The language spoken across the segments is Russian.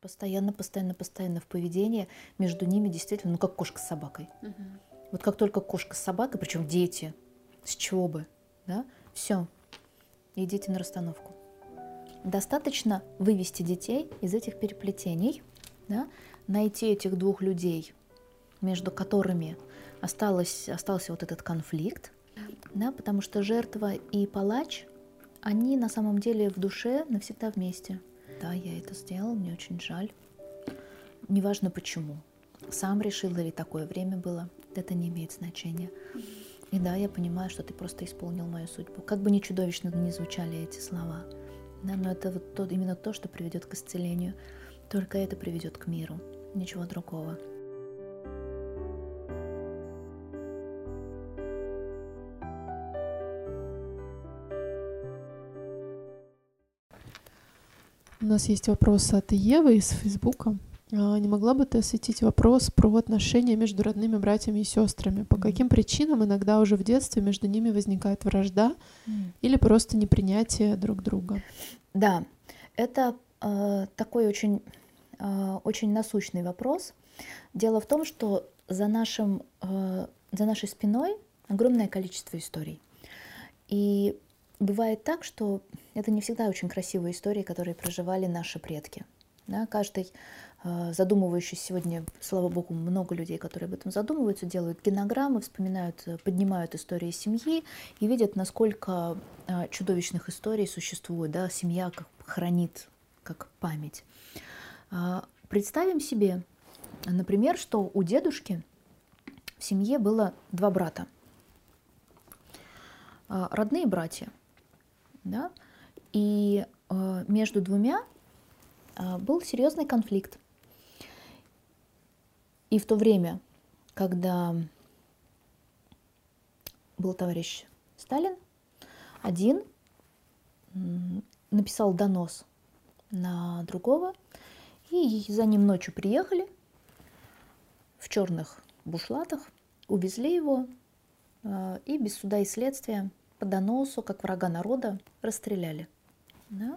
Постоянно, постоянно, постоянно в поведении между ними действительно, ну как кошка с собакой. Вот как только кошка с собакой, причем дети, с чего бы, да, все, идите на расстановку. Достаточно вывести детей из этих переплетений, да, найти этих двух людей, между которыми остался вот этот конфликт, да, потому что жертва и палач, они на самом деле в душе навсегда вместе. Да, я это сделал, мне очень жаль. Неважно почему. Сам решил или такое время было, это не имеет значения. И да, я понимаю, что ты просто исполнил мою судьбу. Как бы ни чудовищно ни звучали эти слова, да, но это вот именно то, что приведет к исцелению. Только это приведет к миру, ничего другого. У нас есть вопрос от Евы из Фейсбука. Не могла бы ты осветить вопрос про отношения между родными братьями и сестрами? По каким причинам иногда уже в детстве между ними возникает вражда или просто непринятие друг друга? Да, это такой очень насущный вопрос. Дело в том, что за нашей спиной огромное количество историй. И бывает так, что это не всегда очень красивые истории, которые проживали наши предки. Да, каждый задумывающийся сегодня, слава богу, много людей, которые об этом задумываются, делают генограммы, вспоминают, поднимают истории семьи и видят, насколько чудовищных историй существует. Да, семья как хранит, как память. Представим себе, например, что у дедушки в семье было 2 брата, родные братья, да, и между двумя был серьезный конфликт. И в то время, когда был товарищ Сталин, один написал донос на другого, и за ним ночью приехали в черных бушлатах, увезли его и без суда и следствия по доносу, как врага народа, расстреляли. Да?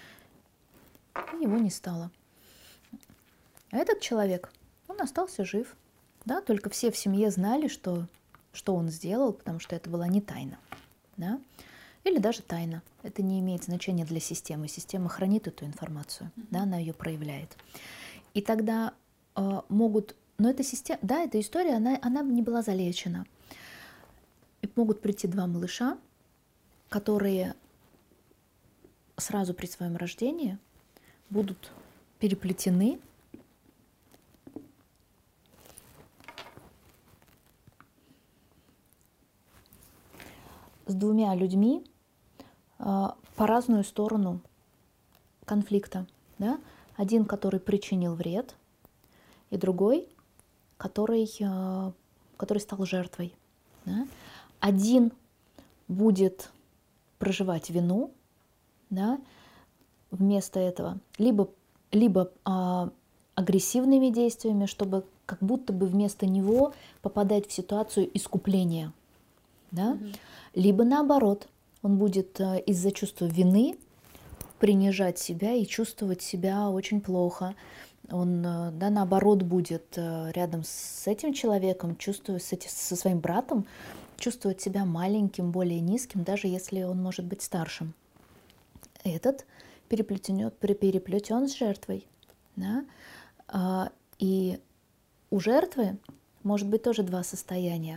И его не стало. А этот человек, он остался жив. Да? Только все в семье знали, что он сделал, потому что это была не тайна. Да? Или даже тайна. Это не имеет значения для системы. Система хранит эту информацию, да, она ее проявляет. И тогда могут... Но эта система, да, эта история, она не была залечена. И могут прийти 2 малыша, которые сразу при своем рождении будут переплетены с 2 людьми по разную сторону конфликта. Да? Один, который причинил вред, и другой, который стал жертвой. Да? Один будет проживать вину, да, вместо этого, либо агрессивными действиями, чтобы как будто бы вместо него попадать в ситуацию искупления. Да? Либо наоборот, он будет из-за чувства вины принижать себя и чувствовать себя очень плохо. Он, да, наоборот, будет рядом с этим человеком, со своим братом, чувствовать себя маленьким, более низким, даже если он может быть старшим. Этот переплетен с жертвой. Да? И у жертвы может быть тоже 2 состояния.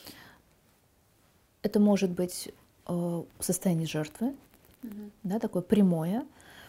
Это может быть состояние жертвы, да, такое прямое,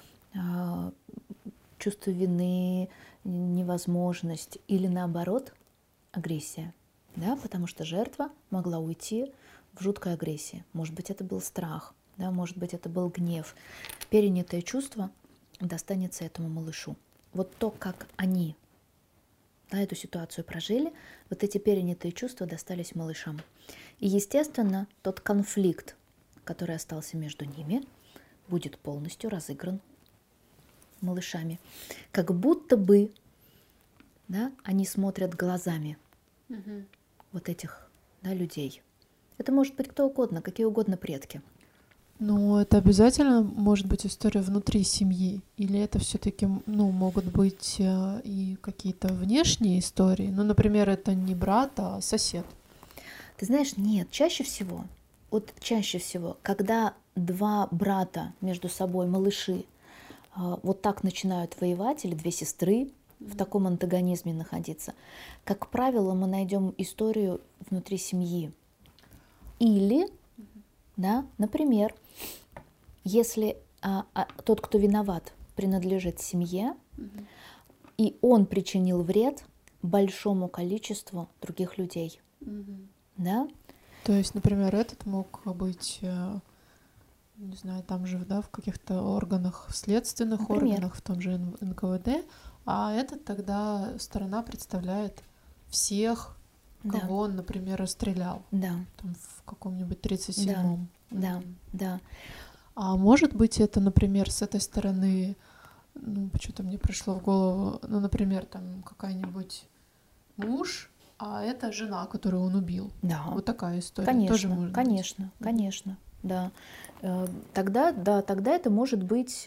чувство вины, невозможность, или наоборот, агрессия. Да, потому что жертва могла уйти в жуткой агрессии. Может быть, это был страх, да, может быть, это был гнев. Перенятое чувство достанется этому малышу. Вот то, как они, да, эту ситуацию прожили, вот эти перенятые чувства достались малышам. И, естественно, тот конфликт, который остался между ними, будет полностью разыгран малышами. Как будто бы, да, они смотрят глазами вот этих, да, людей. Это может быть кто угодно, какие угодно предки. Но это обязательно может быть история внутри семьи? Или это все-таки, ну, могут быть и какие-то внешние истории? Ну, например, это не брат, а сосед. Ты знаешь, нет, чаще всего, когда два брата между собой, малыши, вот так начинают воевать, или две сестры в таком антагонизме находиться, как правило, мы найдем историю внутри семьи. Или, да, например, если тот, кто виноват, принадлежит семье, и он причинил вред большому количеству других людей, да? То есть, например, этот мог быть, не знаю, там же, да, в каких-то органах, в следственных Например. органах, в том же НКВД, а этот тогда сторона представляет всех, Да. кого он, например, расстрелял. Да. Там в каком-нибудь 37-м. Да, да. А может быть, это, например, с этой стороны, ну, почему-то мне пришло в голову, ну, например, там какая-нибудь муж, а это жена, которую он убил. Да. Вот такая история. Конечно, тоже может конечно, быть. конечно, да. Тогда это может быть,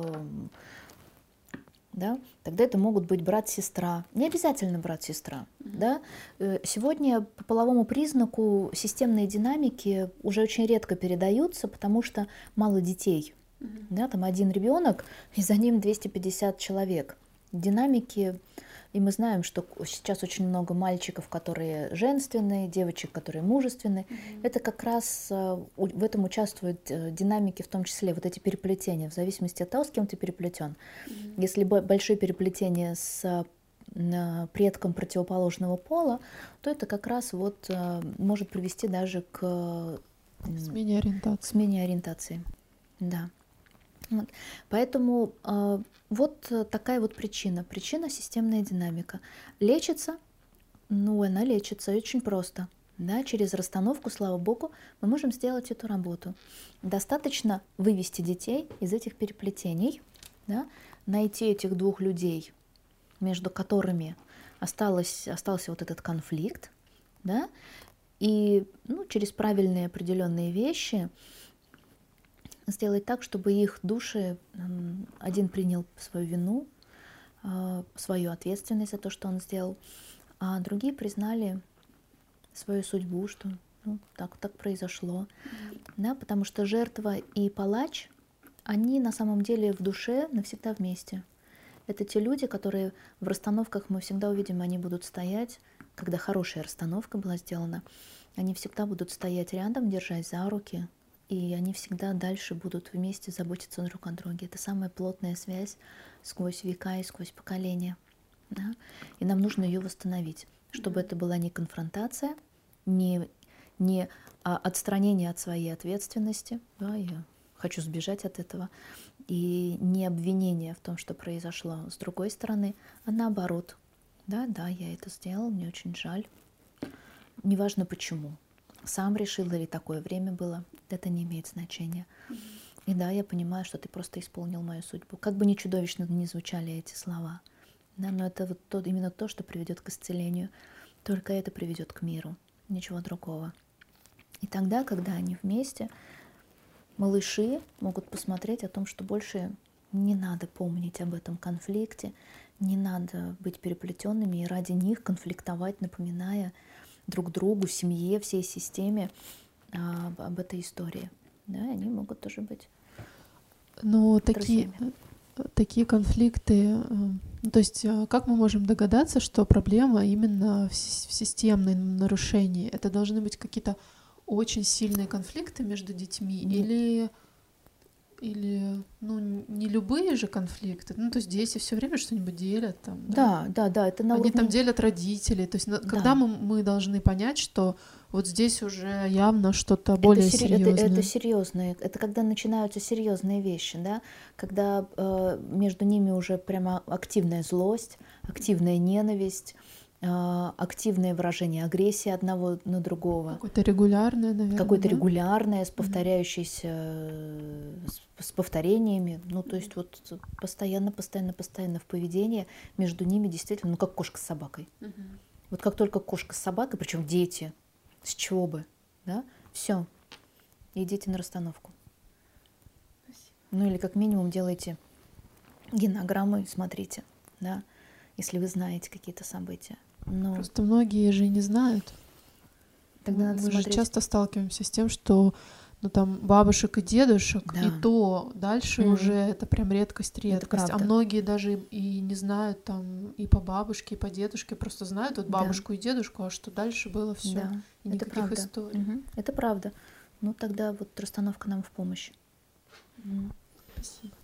да, тогда это могут быть брат-сестра. Не обязательно брат-сестра, да. Сегодня по половому признаку системные динамики уже очень редко передаются, потому что мало детей. Да, там один ребенок, и за ним 250 человек. Динамики, и мы знаем, что сейчас очень много мальчиков, которые женственные, девочек, которые мужественные. Это как раз в этом участвуют динамики, в том числе вот эти переплетения, в зависимости от того, с кем ты переплетен. Если большое переплетение с предком противоположного пола, то это как раз вот может привести даже к смене ориентации. Да. Вот. Поэтому вот такая вот причина системная динамика. Лечится, ну, она лечится очень просто. Да, через расстановку, слава богу, мы можем сделать эту работу. Достаточно вывести детей из этих переплетений, да, найти этих двух людей, между которыми остался вот этот конфликт, да, и через правильные определенные вещи сделать так, чтобы их души, один принял свою вину, свою ответственность за то, что он сделал, а другие признали свою судьбу, что так произошло. Да, потому что жертва и палач, они на самом деле в душе навсегда вместе. Это те люди, которые в расстановках мы всегда увидим, они будут стоять, когда хорошая расстановка была сделана, они всегда будут стоять рядом, держась за руки, и они всегда дальше будут вместе заботиться друг о друге. Это самая плотная связь сквозь века и сквозь поколения. Да? И нам нужно ее восстановить, чтобы это была не конфронтация, не отстранение от своей ответственности, да, я хочу сбежать от этого, и не обвинение в том, что произошло с другой стороны, а наоборот. Да, я это сделал, мне очень жаль. Неважно почему. Сам решил или такое время было, это не имеет значения. И да, я понимаю, что ты просто исполнил мою судьбу. Как бы ни чудовищно ни звучали эти слова, да, но это вот именно то, что приведет к исцелению. Только это приведет к миру, ничего другого. И тогда, когда они вместе, малыши могут посмотреть о том, что больше не надо помнить об этом конфликте, не надо быть переплетенными и ради них конфликтовать, напоминая друг другу, семье, всей системе об этой истории. Да, они могут тоже быть. Но такие конфликты, то есть как мы можем догадаться, что проблема именно в системном нарушении? Это должны быть какие-то очень сильные конфликты между детьми или не любые же конфликты, то есть дети все время что-нибудь делят там. Да, это на уровне... Они там делят родителей, то есть когда мы должны понять, что вот здесь уже явно что-то более серьезное. Это серьезные, это когда начинаются серьезные вещи, да, когда между ними уже прямо активная злость, активная ненависть, активное выражение агрессии одного на другого. Какое-то регулярное, наверное. Какое-то регулярное, с повторяющейся, с повторениями. То есть вот постоянно в поведении между ними действительно, как кошка с собакой. Вот как только кошка с собакой, причем дети, с чего бы, да, все, идите на расстановку. Ну или как минимум делайте генограммы, смотрите, да, если вы знаете какие-то события. Но Просто многие же не знают. тогда надо Мы же смотреть. часто сталкиваемся с тем, что ну там бабушек и дедушек, Да. и то дальше уже это прям редкость. А правда. многие даже и не знают там и по бабушке, и по дедушке, просто знают вот бабушку и дедушку, а что дальше было все. Да, И это никаких правда. историй. Это правда. Ну тогда вот расстановка нам в помощь. Спасибо.